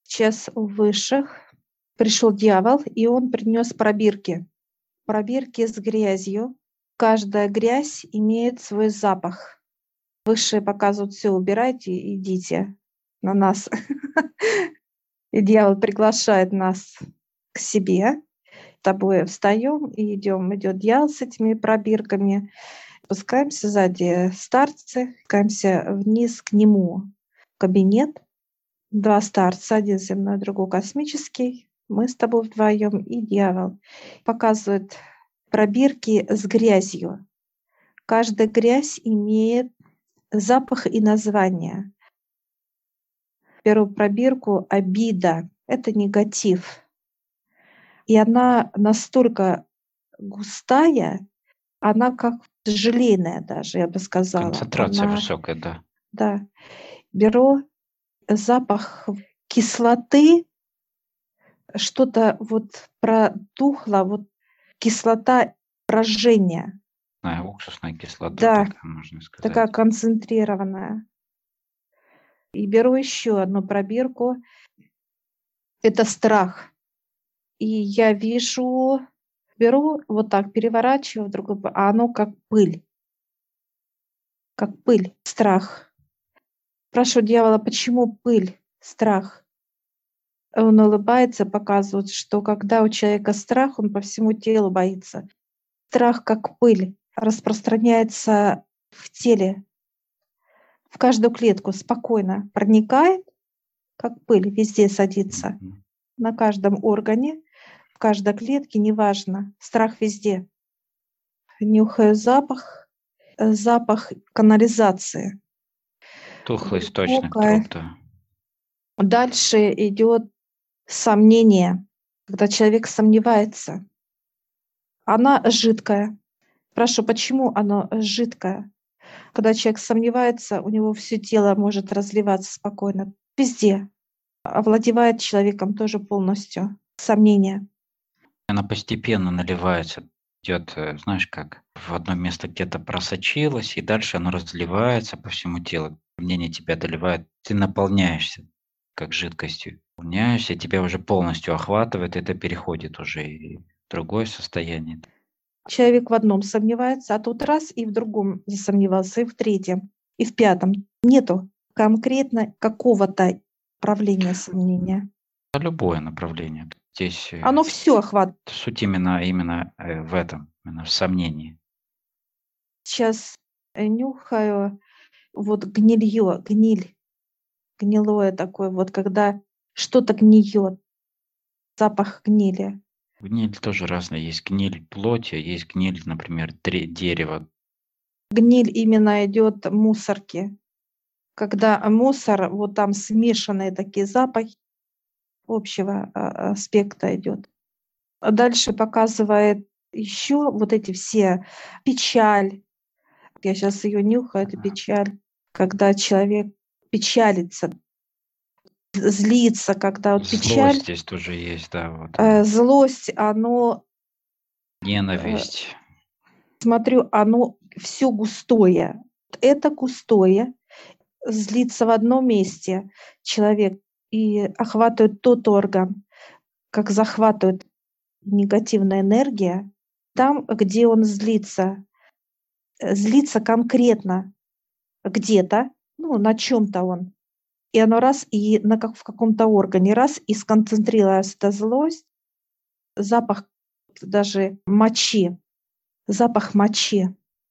Сейчас у высших пришел дьявол, и он принес пробирки. Пробирки с грязью. Каждая грязь имеет свой запах. Высшие показывают: все, убирайте, идите на нас. И дьявол приглашает нас к себе. С тобой встаем и идем. Идет дьявол с этими пробирками. Спускаемся сзади старцы, спускаемся вниз к нему в кабинет. Два старца, один земной, другой космический. Мы с тобой вдвоем и дьявол. Показывает пробирки с грязью. Каждая грязь имеет запах и название. Беру пробирку обида. Это негатив. И она настолько густая, она как желейная даже, я бы сказала. Концентрация Она, высокая, да. да. Беру запах кислоты, что-то вот протухло, вот кислота брожения. Уксусная кислота, Да, такая, можно такая сказать. концентрированная. И беру еще одну пробирку. Это страх. И я вижу, беру вот так, переворачиваю в другую, а оно как пыль. Как пыль, страх. Спрашиваю дьявола: почему пыль, страх? Он улыбается, показывает, что когда у человека страх, он по всему телу боится. Страх, как пыль, распространяется в теле, в каждую клетку спокойно проникает, как пыль, везде садится, Мгм. на каждом органе, в каждой клетке, неважно, страх везде. Нюхаю запах, запах канализации. Тухлый источник Глубокое. труп, да. Дальше идет сомнение, когда человек сомневается. Она жидкая. Спрашиваю: почему она жидкая? Когда человек сомневается, у него все тело может разливаться спокойно. Везде. Овладевает человеком тоже полностью. Сомнение. Она постепенно наливается, идет, знаешь, как в одно место где-то просочилось, и дальше оно разливается по всему телу. Мнение тебя доливает, ты наполняешься как жидкостью. Наполняешься, тебя уже полностью охватывает, это переходит уже и в другое состояние. Человек в одном сомневается, а тут раз и в другом засомневался, и в третьем, и в пятом. Нету конкретно какого-то проявления сомнения. Любое направление. Здесь Оно все охватывает. суть именно в этом, именно в сомнении. Сейчас нюхаю вот гнилье, гниль, гнилое такое, вот когда что-то гниет, запах гнили. Гниль тоже разная. Есть гниль плоти, есть гниль, например, дерева. Гниль именно идет мусорки. Когда мусор, вот там смешанные такие запахи общего аспекта идет. А дальше показывает еще вот эти все печаль. Я сейчас ее нюхаю, это печаль. Когда человек печалится, злится, когда вот Злость печаль, здесь тоже есть, да, вот она. злость, оно, Ненависть. смотрю, оно все густое. Это густое, злится в одном месте человек и охватывает тот орган, как захватывает негативная энергия, там, где он злится, злится конкретно где-то, ну, на чем-то он. И оно раз, и в каком-то органе раз, и сконцентрировалась эта злость, запах даже мочи, запах мочи,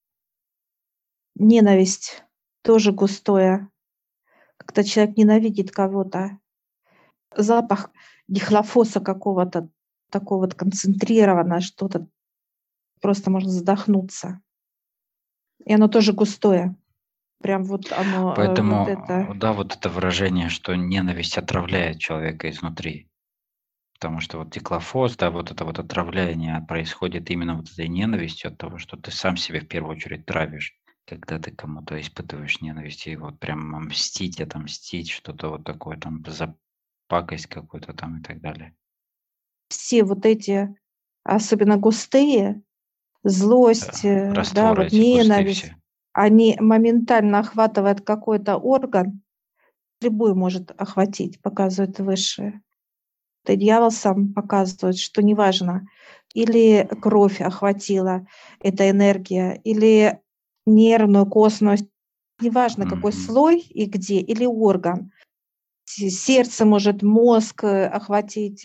ненависть тоже густое, когда человек ненавидит кого-то, запах дихлофоса какого-то, такого вот концентрированное что-то, просто можно задохнуться. И оно тоже густое. Прям вот оно, вот это. Поэтому, да, вот это выражение, что ненависть отравляет человека изнутри. Потому что вот диклофос, да, вот это вот отравление происходит именно вот этой ненавистью от того, что ты сам себе в первую очередь травишь, когда ты кому-то испытываешь ненависть, и вот прям мстить, отомстить, что-то вот такое там за пакость какую-то там и так далее. Все вот эти, особенно густые, злость, да, Растворы вот эти густые ненависть, все. они моментально охватывают какой-то орган, любой может охватить, показывает высшее. И дьявол сам показывает, что неважно, или кровь охватила эта энергия, или нервную, костную, неважно какой Мгм. слой и где, или орган. Сердце может, мозг охватить,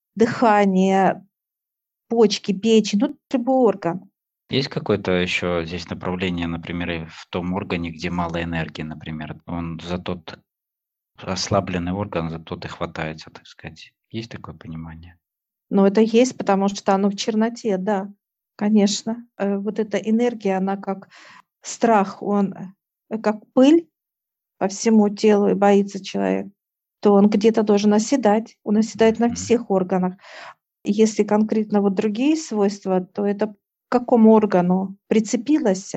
дыхание, почки, печень, ну, любой орган. Есть какое-то еще здесь направление, например, и в том органе, где мало энергии, например? Он за тот ослабленный орган, за тот и хватается, так сказать. Есть такое понимание? Но это есть, потому что оно в черноте, да, конечно. Вот эта энергия, она как страх, он как пыль по всему телу, и боится человек, то он где-то должен оседать. Он оседает на Мгм. всех органах. Если конкретно вот другие свойства, то это к какому органу прицепилось.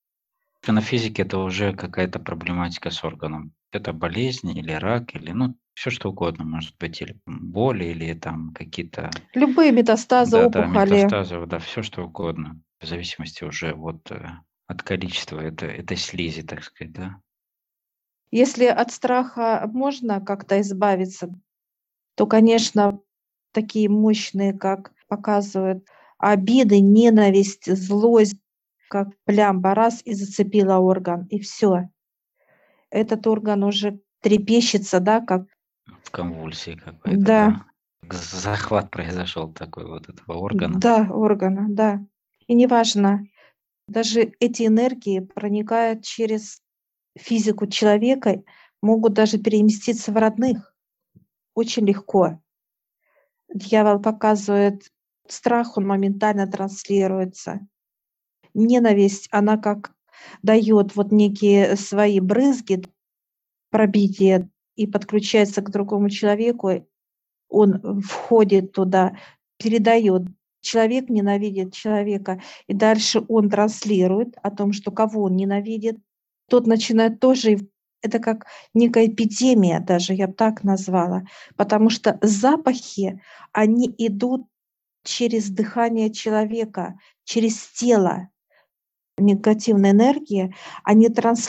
На физике это уже какая-то проблематика с органом. Это болезнь или рак, или ну, все что угодно может быть, или боли, или там какие-то, Любые метастазы, да-да, опухоли. метастазы, да, все что угодно, в зависимости уже от количества этой слизи, так сказать, да. Если от страха можно как-то избавиться, то, конечно, такие мощные, как показывают обиды, ненависть, злость, как плямба раз и зацепила орган, и все. Этот орган уже трепещется, да, как В конвульсии какой-то, да, да. Захват произошел такой вот этого органа. да, органа, да. И неважно, даже эти энергии проникают через физику человека, могут даже переместиться в родных очень легко. Дьявол показывает страх, он моментально транслируется. Ненависть, она как дает вот некие свои брызги, пробитие и подключается к другому человеку. Он входит туда, передает. Человек ненавидит человека, и дальше он транслирует о том, что кого он ненавидит. Тот начинает тоже, это как некая эпидемия даже, я бы так назвала, потому что запахи, они идут через дыхание человека, через тело. Негативные энергии, они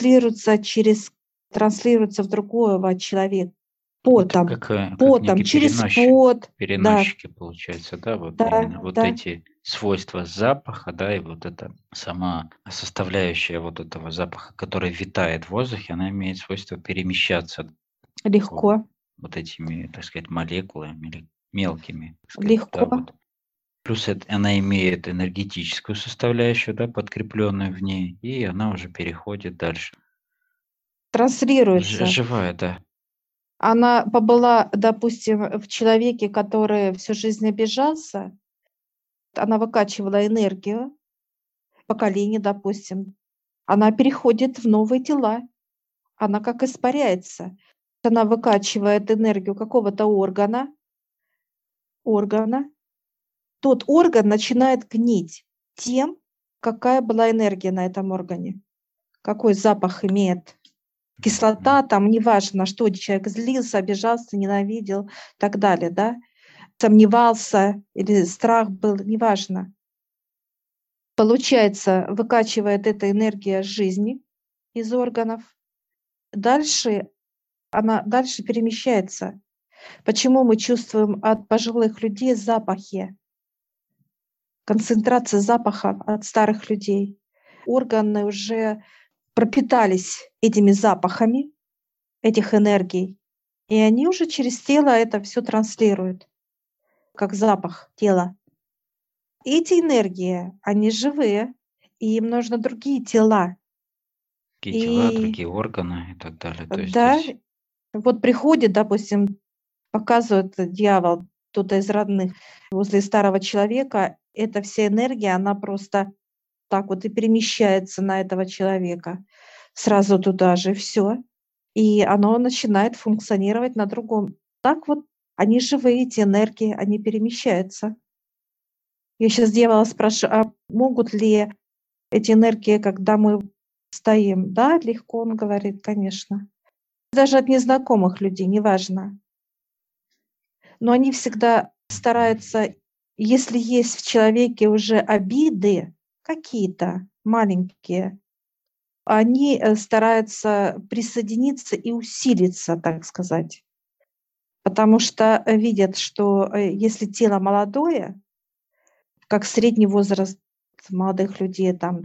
транслируются в другого человека Это потом, как потом, некие через пот. Да, переносчики, получается, да, вот да, именно вот да, эти свойства запаха, да, и вот эта сама составляющая вот этого запаха, которая витает в воздухе, она имеет свойство перемещаться по легко, вот этими, так сказать, молекулами или мелкими, так сказать, легко да, вот. Плюс она имеет энергетическую составляющую, да, подкрепленную в ней, и она уже переходит дальше. транслируется. Живая, да. Она побыла, допустим, в человеке, который всю жизнь обижался, она выкачивала энергию, поколение, допустим, она переходит в новые тела, она как испаряется. Она выкачивает энергию какого-то органа, тот орган начинает гнить тем, какая была энергия на этом органе, какой запах имеет. Мгм. Кислота, там неважно, что человек злился, обижался, ненавидел и так далее, да, сомневался или страх был, неважно. Получается, выкачивает эта энергия жизни из органов. Дальше она дальше перемещается. Почему мы чувствуем от пожилых людей запахи? Концентрация запаха от старых людей. Органы уже пропитались этими запахами, этих энергий, и они уже через тело это все транслируют, как запах тела. Эти энергии, они живые, и им нужны другие тела. Другие тела, И другие органы и так далее. То есть да, здесь вот приходит, допустим, показывает дьявол, кто-то из родных возле старого человека, эта вся энергия, она просто так вот и перемещается на этого человека сразу туда же, все. И оно начинает функционировать на другом. Так вот, они живые, эти энергии, они перемещаются. Я сейчас дьявола спрашиваю, а могут ли эти энергии, когда мы стоим? Да, легко, он говорит, конечно. Даже от незнакомых людей, неважно. Но они всегда стараются, если есть в человеке уже обиды какие-то маленькие, они стараются присоединиться и усилиться, так сказать. Потому что видят, что если тело молодое, как средний возраст молодых людей, там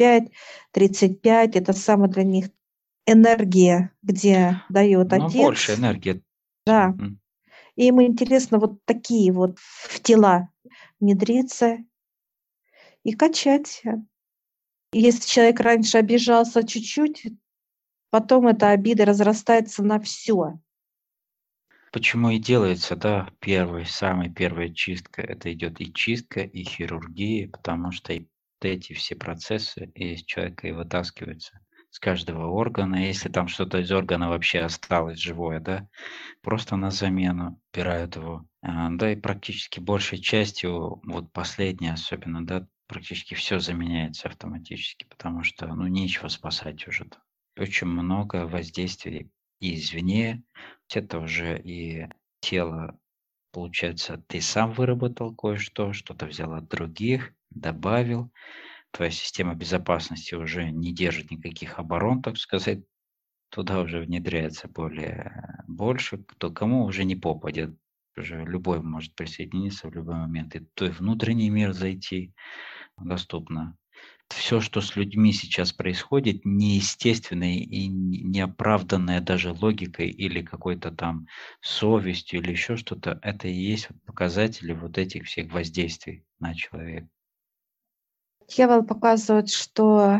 25-35, это самая для них энергия, где дает Но больше отец. энергии. Да. Мгм. И им интересно вот такие вот в тела внедриться и качать. Если человек раньше обижался чуть-чуть, потом эта обида разрастается на все. Почему и делается, да, самая первая чистка. Это идет и чистка, и хирургия, потому что и вот эти все процессы из человека и вытаскиваются с каждого органа. Если там что-то из органа вообще осталось живое, да, просто на замену убирают его. Да, и практически большей частью, вот последнее особенно, да, практически все заменяется автоматически, потому что, ну, нечего спасать уже. Очень много воздействий и извне, это уже и тело, получается, ты сам выработал кое-что, что-то взял от других, добавил. Твоя система безопасности уже не держит никаких оборон, так сказать. Туда уже внедряется больше, кто кому уже не попадет. Уже любой может присоединиться в любой момент. И твой внутренний мир зайти доступно. Все, что с людьми сейчас происходит, неестественное и неоправданное даже логикой или какой-то там совестью или еще что-то, это и есть вот показатели вот этих всех воздействий на человека. Дьявол показывает, что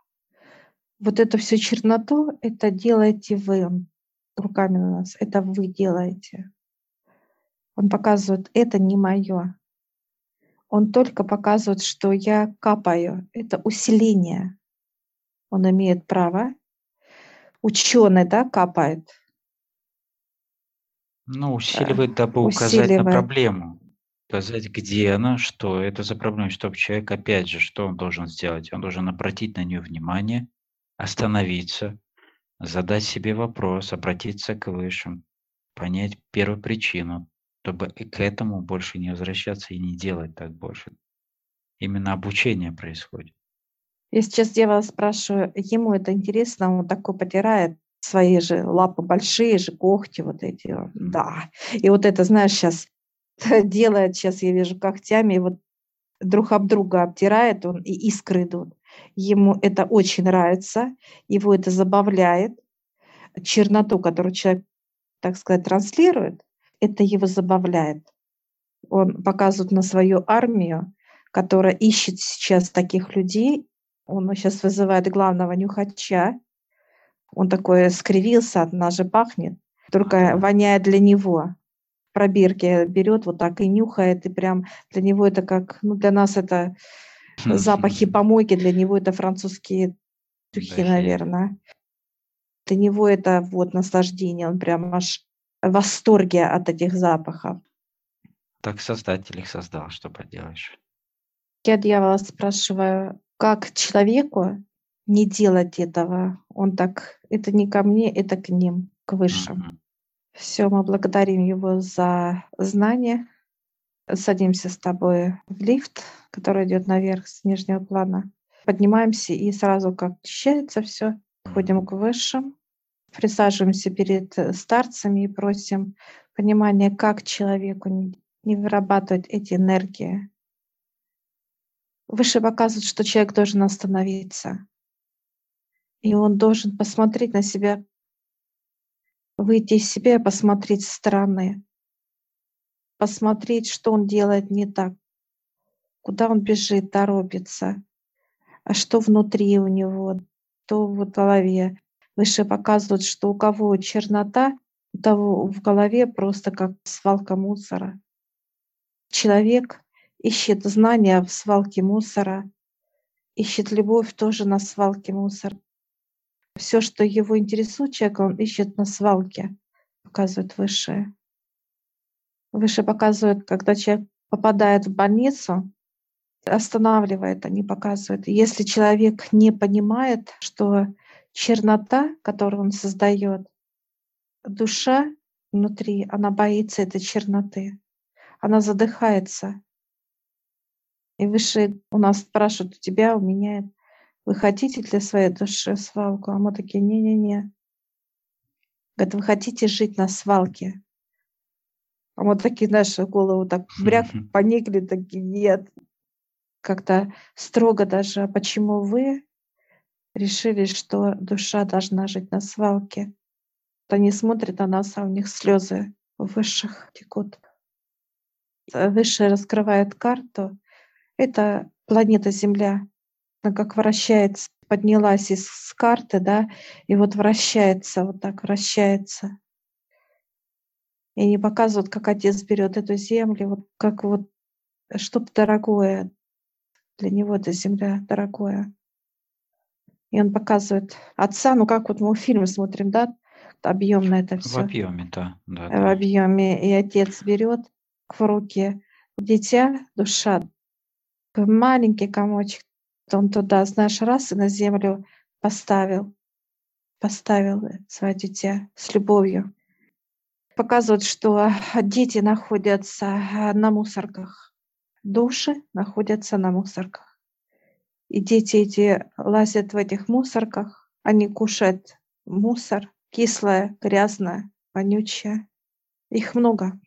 вот эту всю черноту, это делаете вы руками на нас, это вы делаете. Он показывает, это не мое. Он только показывает, что я капаю. Это усиление. Он имеет право. Ученый, да, капает, Ну, э, усиливает, дабы указать на усиливает. проблему, указать, где она, что это за проблема, чтобы человек, опять же, что он должен сделать? Он должен обратить на нее внимание, остановиться, задать себе вопрос, обратиться к высшим, понять первопричину, чтобы и к этому больше не возвращаться и не делать так больше. Именно обучение происходит. Я сейчас дьявола спрашиваю, ему это интересно, он такой потирает свои же лапы, большие же когти вот эти. Мгм. Да. И вот это, знаешь, сейчас делает, сейчас я вижу когтями, и вот друг об друга обтирает он, и искры идут. Ему это очень нравится, его это забавляет. Черноту, которую человек, так сказать, транслирует, это его забавляет. Он показывает на свою армию, которая ищет сейчас таких людей. Он сейчас вызывает главного нюхача. Он такой скривился, от нас же пахнет, только Ага. воняет для него. В пробирке берет вот так и нюхает, и прям для него это как, ну, для нас это запахи помойки, для него это французские духи, Духи. наверное. Для него это вот наслаждение, он прям аж в восторге от этих запахов. Так Создатель их создал, что поделаешь. Я дьявола спрашиваю, как человеку не делать этого? Он так, это не ко мне, это к ним, к высшим. Мгм. Все, мы благодарим его за знание. Садимся с тобой в лифт, который идет наверх с нижнего плана. Поднимаемся и сразу как очищается все. Ходим к высшим, присаживаемся перед старцами и просим понимания, как человеку не вырабатывать эти энергии. Выше показывает, что человек должен остановиться, и он должен посмотреть на себя, выйти из себя и посмотреть со стороны, посмотреть, что он делает не так, куда он бежит, торопится, а что внутри у него, то в голове. Выше показывают, что у кого чернота, у того в голове просто как свалка мусора. Человек ищет знания в свалке мусора, ищет любовь тоже на свалке мусора. Все, что его интересует человека, он ищет на свалке, показывает высшее. Выше показывает, когда человек попадает в больницу, останавливает, они показывают. Если человек не понимает, что чернота, которую он создает, душа внутри, она боится этой черноты, она задыхается. И выше у нас спрашивают, у тебя, у меня. вы хотите для своей души свалку? А мы такие, не-не-не. Говорит, вы хотите жить на свалке? А мы такие, наши голову так бряк, поникли, такие, нет. Как-то строго даже, а почему вы решили, что душа должна жить на свалке? Они смотрят на нас, а у них слезы высших текут. Высшие раскрывает карту. Это планета Земля. Она как вращается, поднялась из с карты, да, и вот вращается, вот так вращается. И они показывают, как отец берет эту землю, вот как вот что-то дорогое. Для него эта земля дорогое. И он показывает отца, ну как вот мы фильмы смотрим, да, объемно это В все объеме, да, да, в да. объеме. И отец берет в руки дитя, душа, такой маленький комочек. Он туда, знаешь, раз и на землю поставил свое дитя с любовью. Показывают, что дети находятся на мусорках, души находятся на мусорках. И дети эти лазят в этих мусорках, они кушают мусор, кислое, грязное, вонючее. Их много,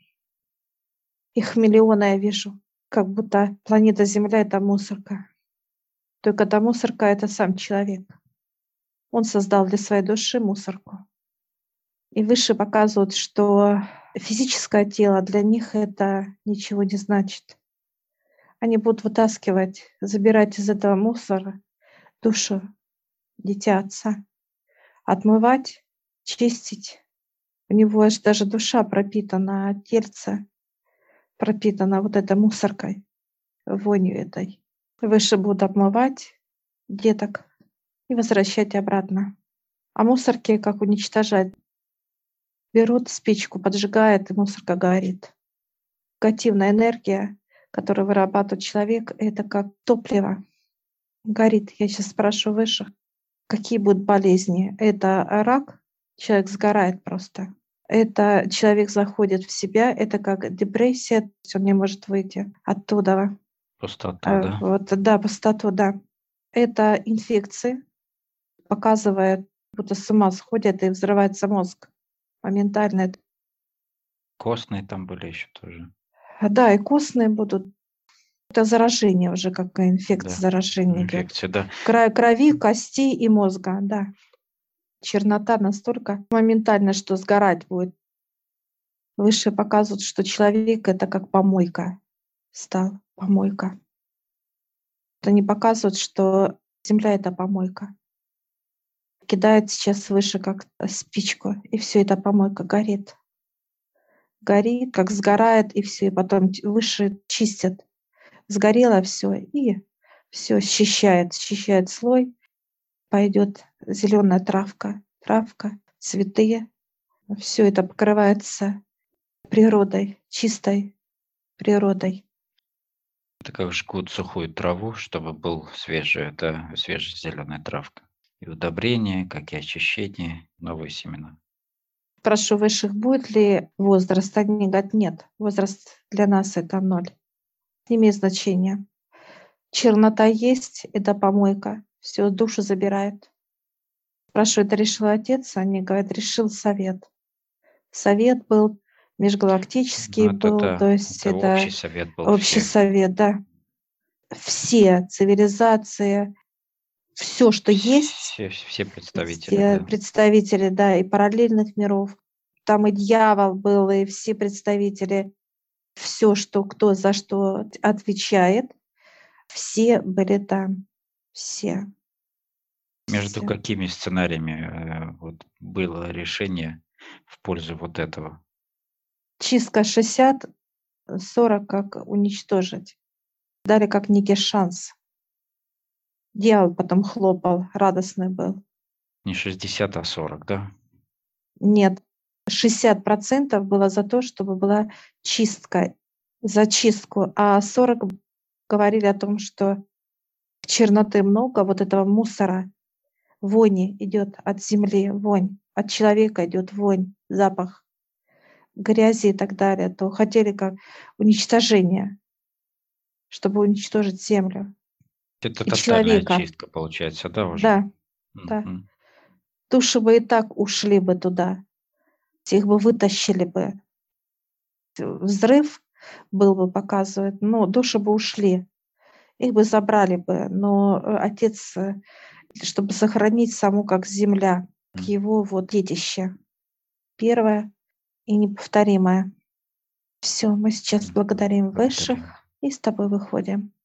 их миллионы я вижу, как будто планета Земля — это мусорка. Только эта мусорка — это сам человек. Он создал для своей души мусорку. И выше показывают, что физическое тело для них это ничего не значит. Они будут вытаскивать, забирать из этого мусора душу дитя отца, отмывать, чистить. У него аж даже душа пропитана, а тельце пропитано вот этой мусоркой, вонью этой. Выше будут обмывать деток и возвращать обратно. А мусорки как уничтожать? Берут спичку, поджигают, и мусорка горит. Негативная энергия, которую вырабатывает человек, это как топливо. Горит. Я сейчас спрашиваю высших, какие будут болезни. Это рак, человек сгорает просто. Это человек заходит в себя, это как депрессия, то есть он не может выйти оттуда. Пустота, да? Вот, да, пустоту, да. Это инфекции, показывает, будто с ума сходят и взрывается мозг моментально. Костные там были еще тоже. Да, и костные будут. Это заражение уже, какая инфекция, Да, заражение идет. инфекции, да. Крови, костей и мозга, да. Чернота настолько моментально, что сгорать будет. Выше показывают, что человек — это как помойка стал, помойка. Они показывают, что Земля — это помойка. Кидает сейчас выше как спичку, и все, эта помойка горит. Горит, как сгорает, и все, и потом выше чистят. Сгорело все, и все счищает слой, пойдет зеленая травка, цветы. Все это покрывается природой, чистой природой. Это как жгут сухую траву, чтобы был свежая, да, свежая зеленая травка. И удобрение, как и очищение, новые семена. Прошу высших, будет ли возраст? Они говорят, нет, возраст для нас это 0. Не имеет значения. Чернота есть, это помойка. Все, душу забирает. Спрашиваю, это решил отец? Они говорят, решил совет. Совет был межгалактический, Ну, это был, то да, есть это общий это совет был общий всех. совет, да. Все цивилизации, все, что есть, Все представители, все да. представители, да, и параллельных миров. Там и дьявол был, и все представители, все, что кто за что отвечает, все были там. Все. Между Все. какими сценариями вот было решение в пользу вот этого? Чистка 60, 40 как уничтожить. Дали как некий шанс. Дьявол потом хлопал, радостный был. Не 60, а 40, да? Нет, 60% было за то, чтобы была чистка, за чистку, а 40 говорили о том, что черноты много, вот этого мусора, вони идет от земли, вонь, от человека идет вонь, запах грязи и так далее, то хотели как уничтожение, чтобы уничтожить землю. Это и тотальная человека. чистка получается, да, уже? Да, да. Мгм. Души бы и так ушли бы туда, их бы вытащили бы. Взрыв был бы, показывает, но души бы ушли, их бы забрали бы. Но Отец, чтобы сохранить саму как земля, к М. его вот детище, первое и неповторимое. Все, мы сейчас благодарим Благодарим. высших и с тобой выходим.